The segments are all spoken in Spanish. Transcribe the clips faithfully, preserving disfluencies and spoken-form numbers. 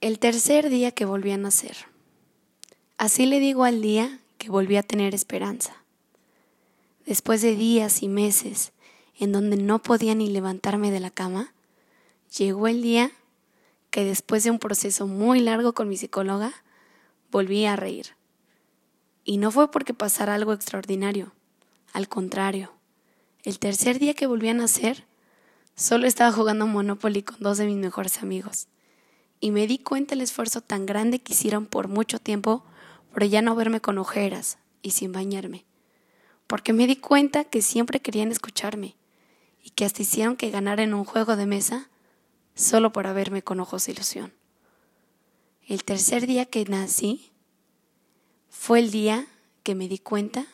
El tercer día que volví a nacer. Así le digo al día que volví a tener esperanza. Después de días y meses en donde no podía ni levantarme de la cama, llegó el día que después de un proceso muy largo con mi psicóloga, volví a reír. Y no fue porque pasara algo extraordinario, al contrario. El tercer día que volví a nacer, solo estaba jugando Monopoly con dos de mis mejores amigos. Y me di cuenta el esfuerzo tan grande que hicieron por mucho tiempo por ya no verme con ojeras y sin bañarme. Porque me di cuenta que siempre querían escucharme y que hasta hicieron que ganara en un juego de mesa solo por verme con ojos de ilusión. El tercer día que nací fue el día que me di cuenta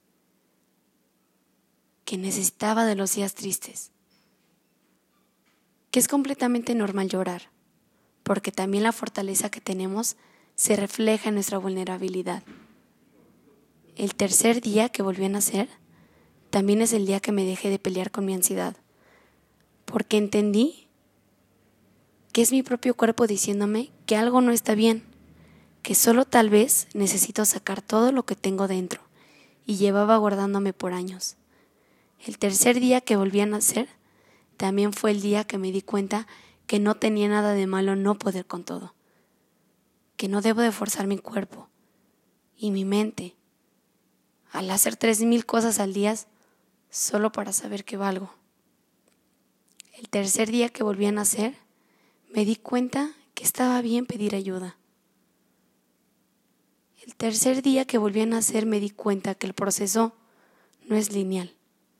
que necesitaba de los días tristes, que es completamente normal llorar, porque también la fortaleza que tenemos se refleja en nuestra vulnerabilidad. El tercer día que volví a nacer también es el día que me dejé de pelear con mi ansiedad, porque entendí que es mi propio cuerpo diciéndome que algo no está bien, que solo tal vez necesito sacar todo lo que tengo dentro y llevaba guardándome por años. El tercer día que volví a nacer también fue el día que me di cuenta que no tenía nada de malo no poder con todo, que no debo de forzar mi cuerpo y mi mente al hacer tres mil cosas al día solo para saber que valgo. El tercer día que volví a nacer me di cuenta que estaba bien pedir ayuda. El tercer día que volví a nacer me di cuenta que el proceso no es lineal.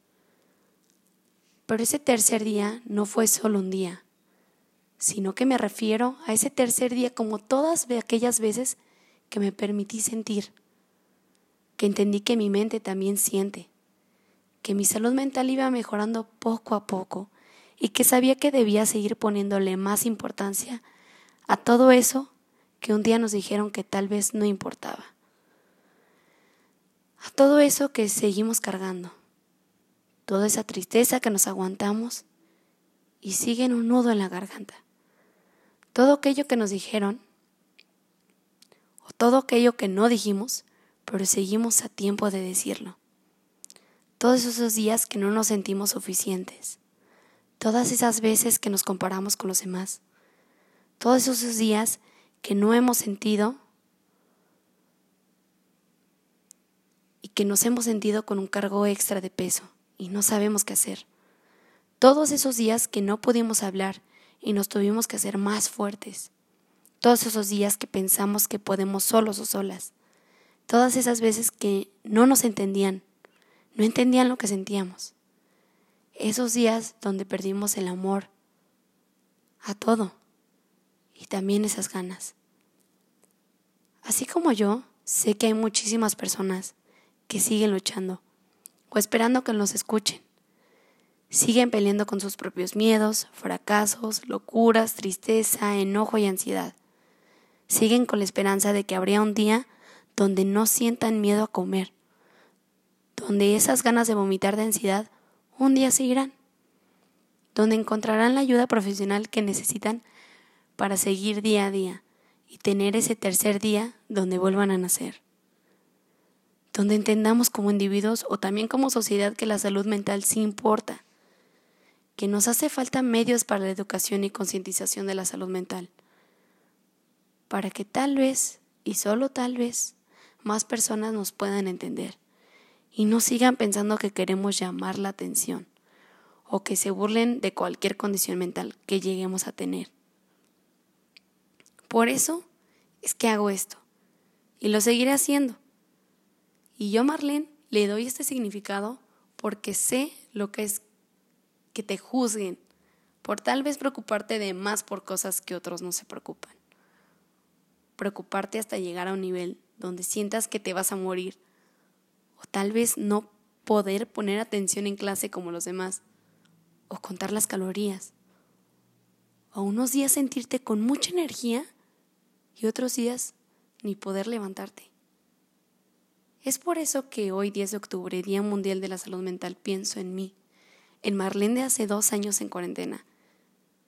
Pero ese tercer día no fue solo un día, sino que me refiero a ese tercer día como todas aquellas veces que me permití sentir, que entendí que mi mente también siente, que mi salud mental iba mejorando poco a poco y que sabía que debía seguir poniéndole más importancia a todo eso que un día nos dijeron que tal vez no importaba, a todo eso que seguimos cargando, toda esa tristeza que nos aguantamos y sigue en un nudo en la garganta. Todo aquello que nos dijeron, o todo aquello que no dijimos, pero seguimos a tiempo de decirlo. Todos esos días que no nos sentimos suficientes, todas esas veces que nos comparamos con los demás, todos esos días que no hemos sentido y que nos hemos sentido con un cargo extra de peso y no sabemos qué hacer. Todos esos días que no pudimos hablar y nos tuvimos que hacer más fuertes. Todos esos días que pensamos que podemos solos o solas. Todas esas veces que no nos entendían, no entendían lo que sentíamos. Esos días donde perdimos el amor a todo y también esas ganas. Así como yo, sé que hay muchísimas personas que siguen luchando o esperando que los escuchen. Siguen peleando con sus propios miedos, fracasos, locuras, tristeza, enojo y ansiedad. Siguen con la esperanza de que habría un día donde no sientan miedo a comer, donde esas ganas de vomitar de ansiedad un día se irán, donde encontrarán la ayuda profesional que necesitan para seguir día a día y tener ese tercer día donde vuelvan a nacer. Donde entendamos como individuos o también como sociedad que la salud mental sí importa, que nos hace falta medios para la educación y concientización de la salud mental, para que tal vez, y solo tal vez, más personas nos puedan entender y no sigan pensando que queremos llamar la atención o que se burlen de cualquier condición mental que lleguemos a tener. Por eso es que hago esto y lo seguiré haciendo. Y yo, Marlene, le doy este significado porque sé lo que es que te juzguen por tal vez preocuparte de más por cosas que otros no se preocupan. Preocuparte hasta llegar a un nivel donde sientas que te vas a morir o tal vez no poder poner atención en clase como los demás o contar las calorías o unos días sentirte con mucha energía y otros días ni poder levantarte. Es por eso que hoy, diez de octubre, Día Mundial de la Salud Mental, pienso en mí, en Marlene de hace dos años en cuarentena,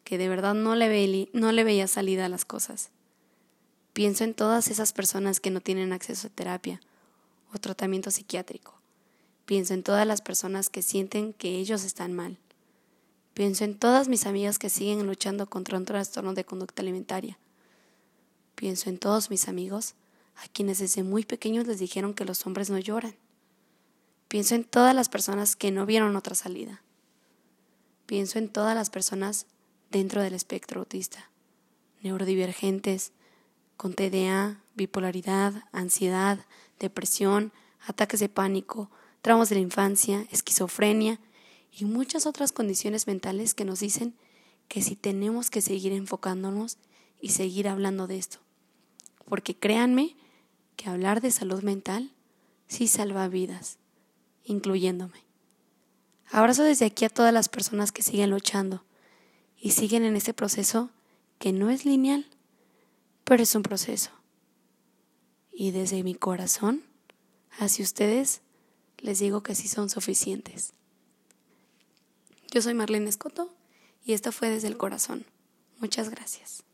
que de verdad no le, ve, no le veía salida a las cosas. Pienso en todas esas personas que no tienen acceso a terapia o tratamiento psiquiátrico. Pienso en todas las personas que sienten que ellos están mal. Pienso en todas mis amigas que siguen luchando contra un trastorno de conducta alimentaria. Pienso en todos mis amigos a quienes desde muy pequeños les dijeron que los hombres no lloran. Pienso en todas las personas que no vieron otra salida. Pienso en todas las personas dentro del espectro autista, neurodivergentes, con T D A, bipolaridad, ansiedad, depresión, ataques de pánico, traumas de la infancia, esquizofrenia y muchas otras condiciones mentales que nos dicen que sí tenemos que seguir enfocándonos y seguir hablando de esto. Porque créanme que hablar de salud mental sí salva vidas, incluyéndome. Abrazo desde aquí a todas las personas que siguen luchando y siguen en este proceso que no es lineal, pero es un proceso. Y desde mi corazón, hacia ustedes, les digo que sí son suficientes. Yo soy Marlene Escoto y esto fue Desde el Corazón. Muchas gracias.